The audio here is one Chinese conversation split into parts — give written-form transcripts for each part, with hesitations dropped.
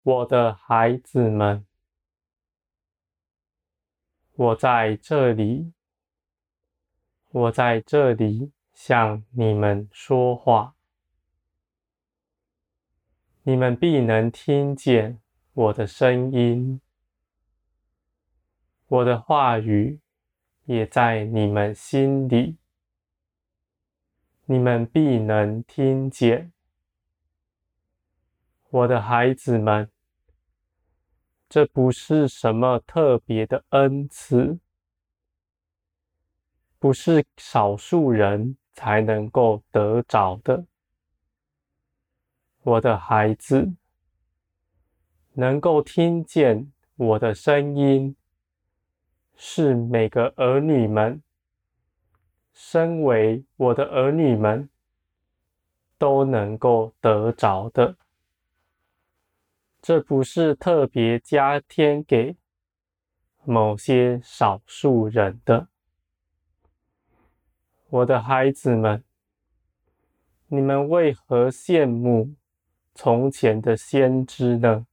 我的孩子们，我在这里，我在这里向你们说话，你们必能听见我的声音，我的话语也在你们心里，你们必能听见。我的孩子们，这不是什么特别的恩赐，不是少数人才能够得着的。我的孩子，能够听见我的声音，是每个儿女们，身为我的儿女们，都能够得着的。这不是特别加添给某些少数人的。我的孩子们，你们为何羡慕从前的先知呢？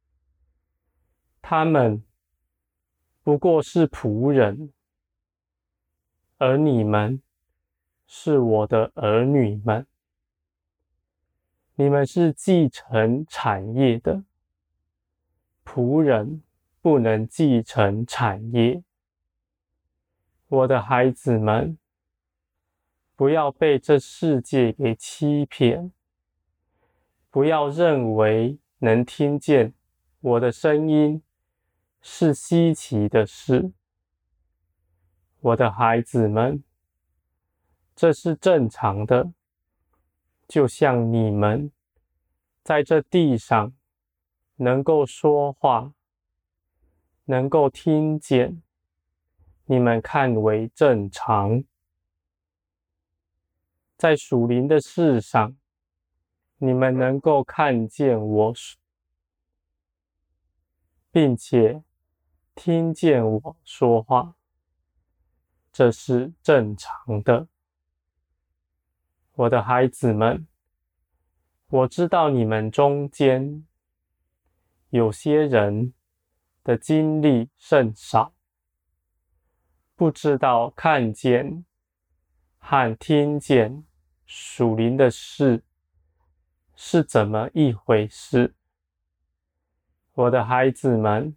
他们不过是仆人，而你们是我的儿女们，你们是继承产业的。仆人不能继承产业。我的孩子们，不要被这世界给欺骗，不要认为能听见我的声音是稀奇的事。我的孩子们，这是正常的，就像你们在这地上能够说话，能够听见，你们看为正常。在属灵的事上，你们能够看见我，并且听见我说话，这是正常的。我的孩子们，我知道你们中间有些人的经历甚少，不知道看见和听见属灵的事是怎么一回事。我的孩子们，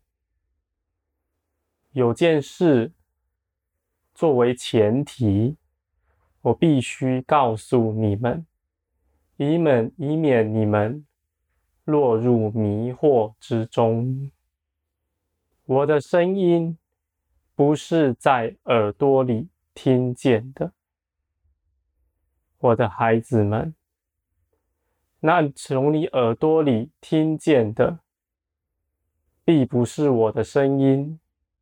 有件事作为前提，我必须告诉你们，以免你们落入迷惑之中。我的声音不是在耳朵里听见的，我的孩子们，那从你耳朵里听见的，必不是我的声音。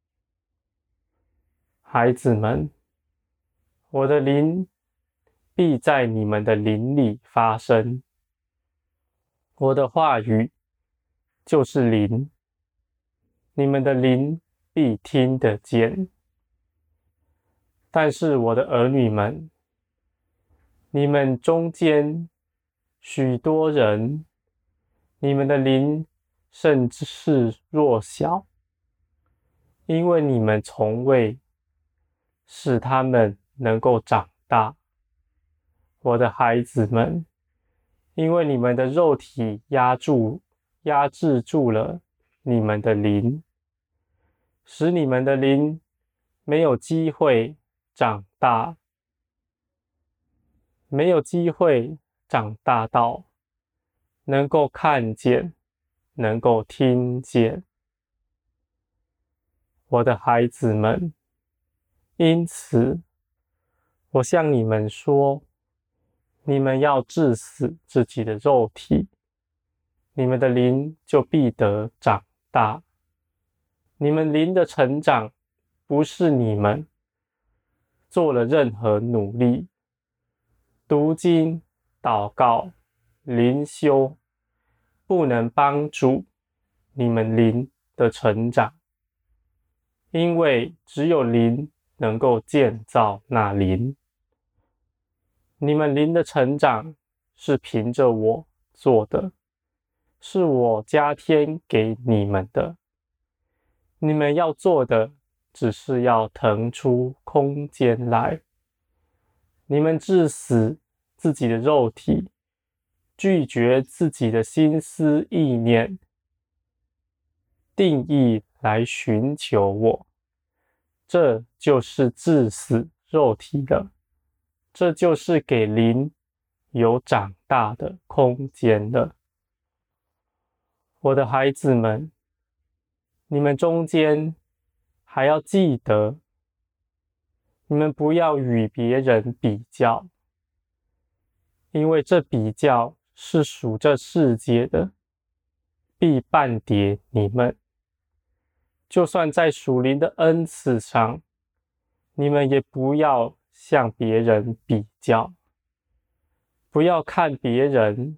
孩子们，我的灵必在你们的灵里发生。我的话语就是灵，你们的灵必听得见。但是我的儿女们，你们中间许多人，你们的灵甚至是弱小，因为你们从未使他们能够长大。我的孩子们，因为你们的肉体压制住了你们的灵，使你们的灵没有机会长大，没有机会长大到能够看见，能够听见。我的孩子们，因此我向你们说，你们要治死自己的肉体，你们的灵就必得长大。你们灵的成长，不是你们做了任何努力，读经、祷告、灵修，不能帮助你们灵的成长，因为只有灵能够建造那灵。你们灵的成长是凭着我做的， 是我加添给你们的。你们要做的，只是要腾出空间来。你们致死自己的肉体，拒绝自己的心思意念，定义来寻求我，这就是致死肉体了。这就是给灵有长大的空间了。我的孩子们，你们中间还要记得，你们不要与别人比较，因为这比较是属这世界的，必絆跌你们。就算在属灵的恩赐上，你们也不要向别人比较，不要看别人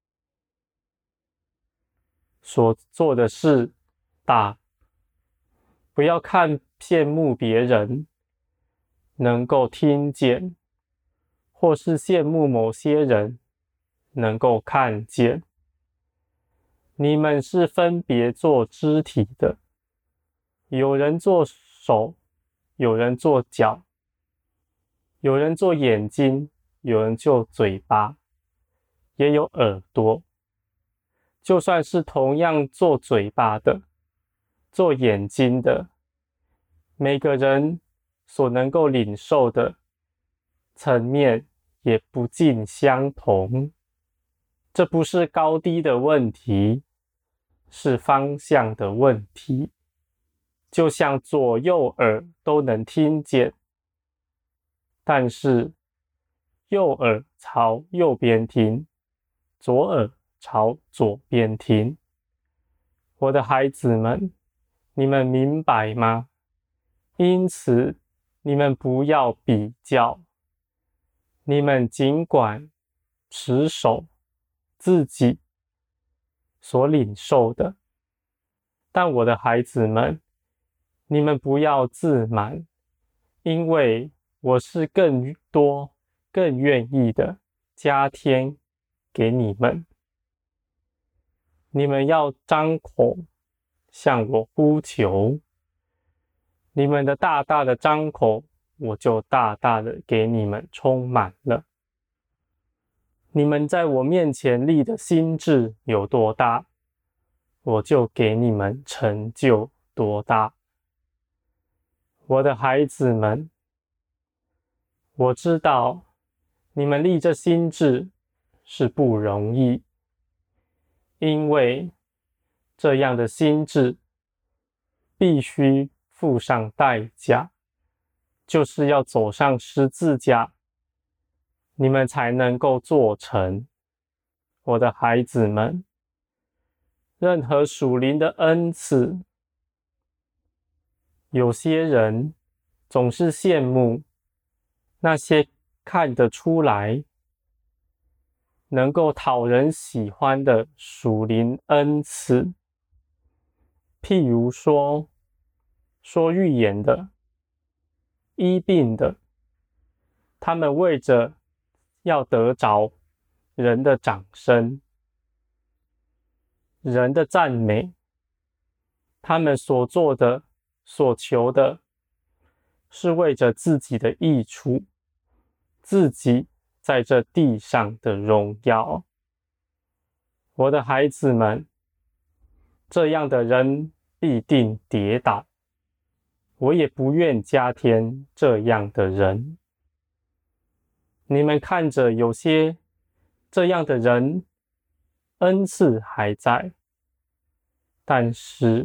所做的事大，不要看羡慕别人能够听见，或是羡慕某些人能够看见。你们是分别做肢体的，有人做手，有人做脚，有人做眼睛，有人做嘴巴，也有耳朵。就算是同样做嘴巴的，做眼睛的，每个人所能够领受的层面也不尽相同。这不是高低的问题，是方向的问题。就像左右耳都能听见，但是右耳朝右边听，左耳朝左边听。我的孩子们，你们明白吗？因此，你们不要比较，你们尽管持守自己所领受的。但我的孩子们，你们不要自满，因为我是更多、更愿意的加添给你们。你们要张口向我呼求，你们的大大的张口，我就大大的给你们充满了。你们在我面前立的心志有多大，我就给你们成就多大。我的孩子们，我知道你们立这心志是不容易，因为这样的心志必须付上代价，就是要走上十字架，你们才能够做成。我的孩子们，任何属灵的恩赐，有些人总是羡慕那些看得出来能够讨人喜欢的属灵恩赐，譬如说预言的、医病的，他们为着要得着人的掌声、人的赞美，他们所做的、所求的，是为着自己的益处，自己在这地上的荣耀。我的孩子们，这样的人必定跌倒，我也不愿加添这样的人。你们看着有些这样的人，恩赐还在，但是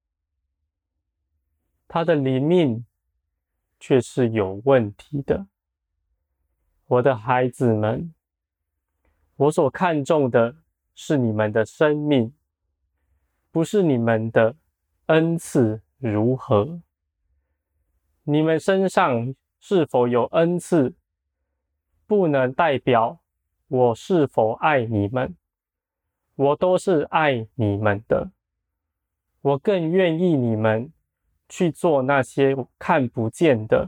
他的灵命却是有问题的。我的孩子们，我所看重的是你们的生命，不是你们的恩赐如何。你们身上是否有恩赐，不能代表我是否爱你们。我都是爱你们的，我更愿意你们去做那些看不见的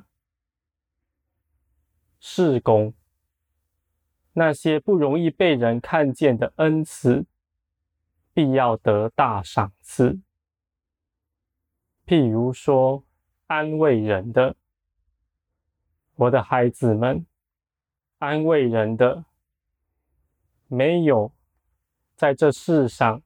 事工，那些不容易被人看见的恩赐， 必要得大赏赐。譬如说，安慰人的，我的孩子们，安慰人的，没有在这世上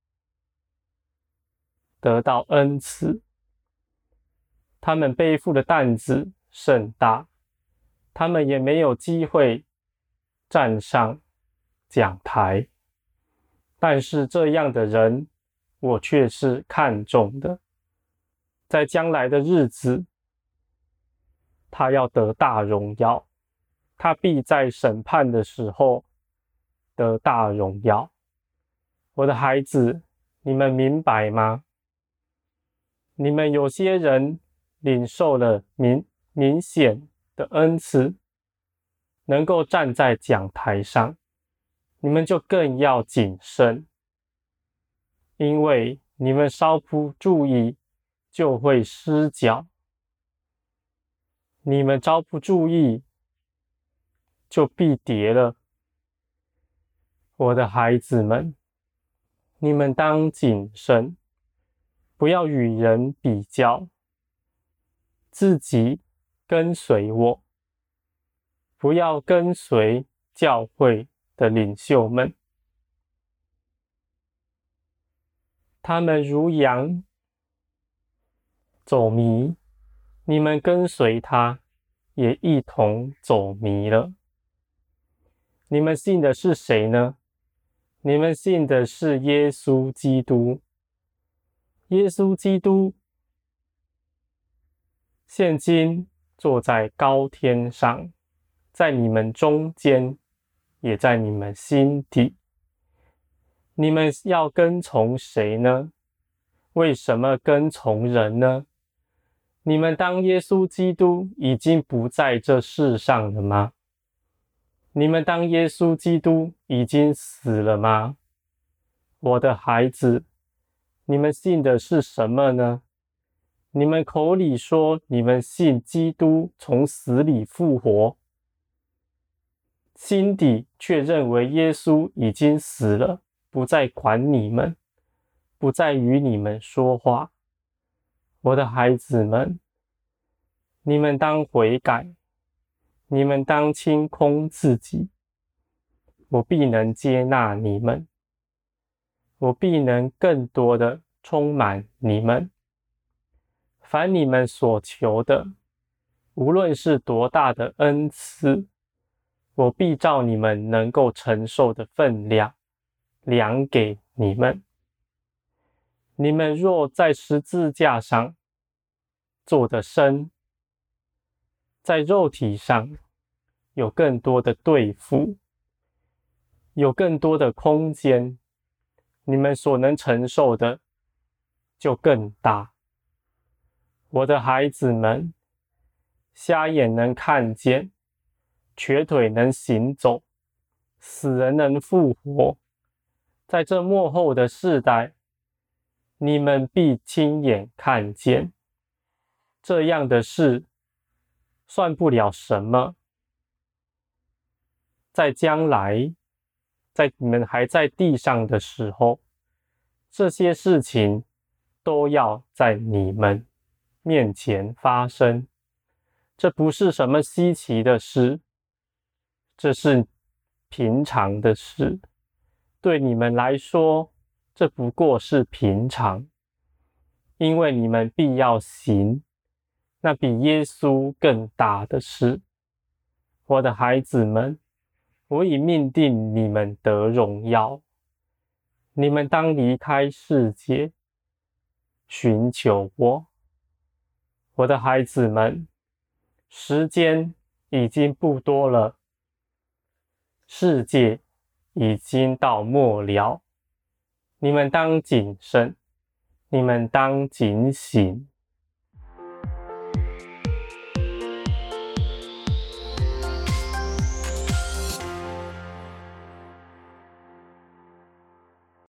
得到恩赐，他们背负的担子甚大，他们也没有机会站上讲台，但是这样的人，我却是看重的。在将来的日子，他要得大荣耀，他必在审判的时候得大荣耀。我的孩子，你们明白吗？你们有些人领受了明显的恩赐，能够站在讲台上，你们就更要谨慎，因为你们稍不注意就会失脚，你们稍不注意就必跌了。我的孩子们，你们当谨慎，不要与人比较，自己跟随我，不要跟随教会的领袖们，他们如羊走迷，你们跟随他，也一同走迷了。你们信的是谁呢？你们信的是耶稣基督。耶稣基督现今坐在高天上，在你们中间，也在你们心底。你们要跟从谁呢？为什么跟从人呢？你们当耶稣基督已经不在这世上了吗？你们当耶稣基督已经死了吗？我的孩子，你们信的是什么呢？你们口里说你们信基督从死里复活，心底却认为耶稣已经死了，不再管你们，不再与你们说话。我的孩子们，你们当悔改，你们当清空自己，我必能接纳你们，我必能更多的充满你们。凡你们所求的，无论是多大的恩赐，我必照你们能够承受的分量量给你们。你们若在十字架上做得深，在肉体上有更多的对付，有更多的空间，你们所能承受的就更大。我的孩子们，瞎眼能看见，瘸腿能行走，死人能复活。在这末后的世代，你们必亲眼看见。这样的事算不了什么。在将来，在你们还在地上的时候，这些事情都要在你们面前发生。这不是什么稀奇的事，这是平常的事。对你们来说，这不过是平常，因为你们必要行那比耶稣更大的事。我的孩子们，我已命定你们得荣耀。你们当离开世界，寻求我。我的孩子们，时间已经不多了，世界已经到末了。你们当谨慎，你们当警醒。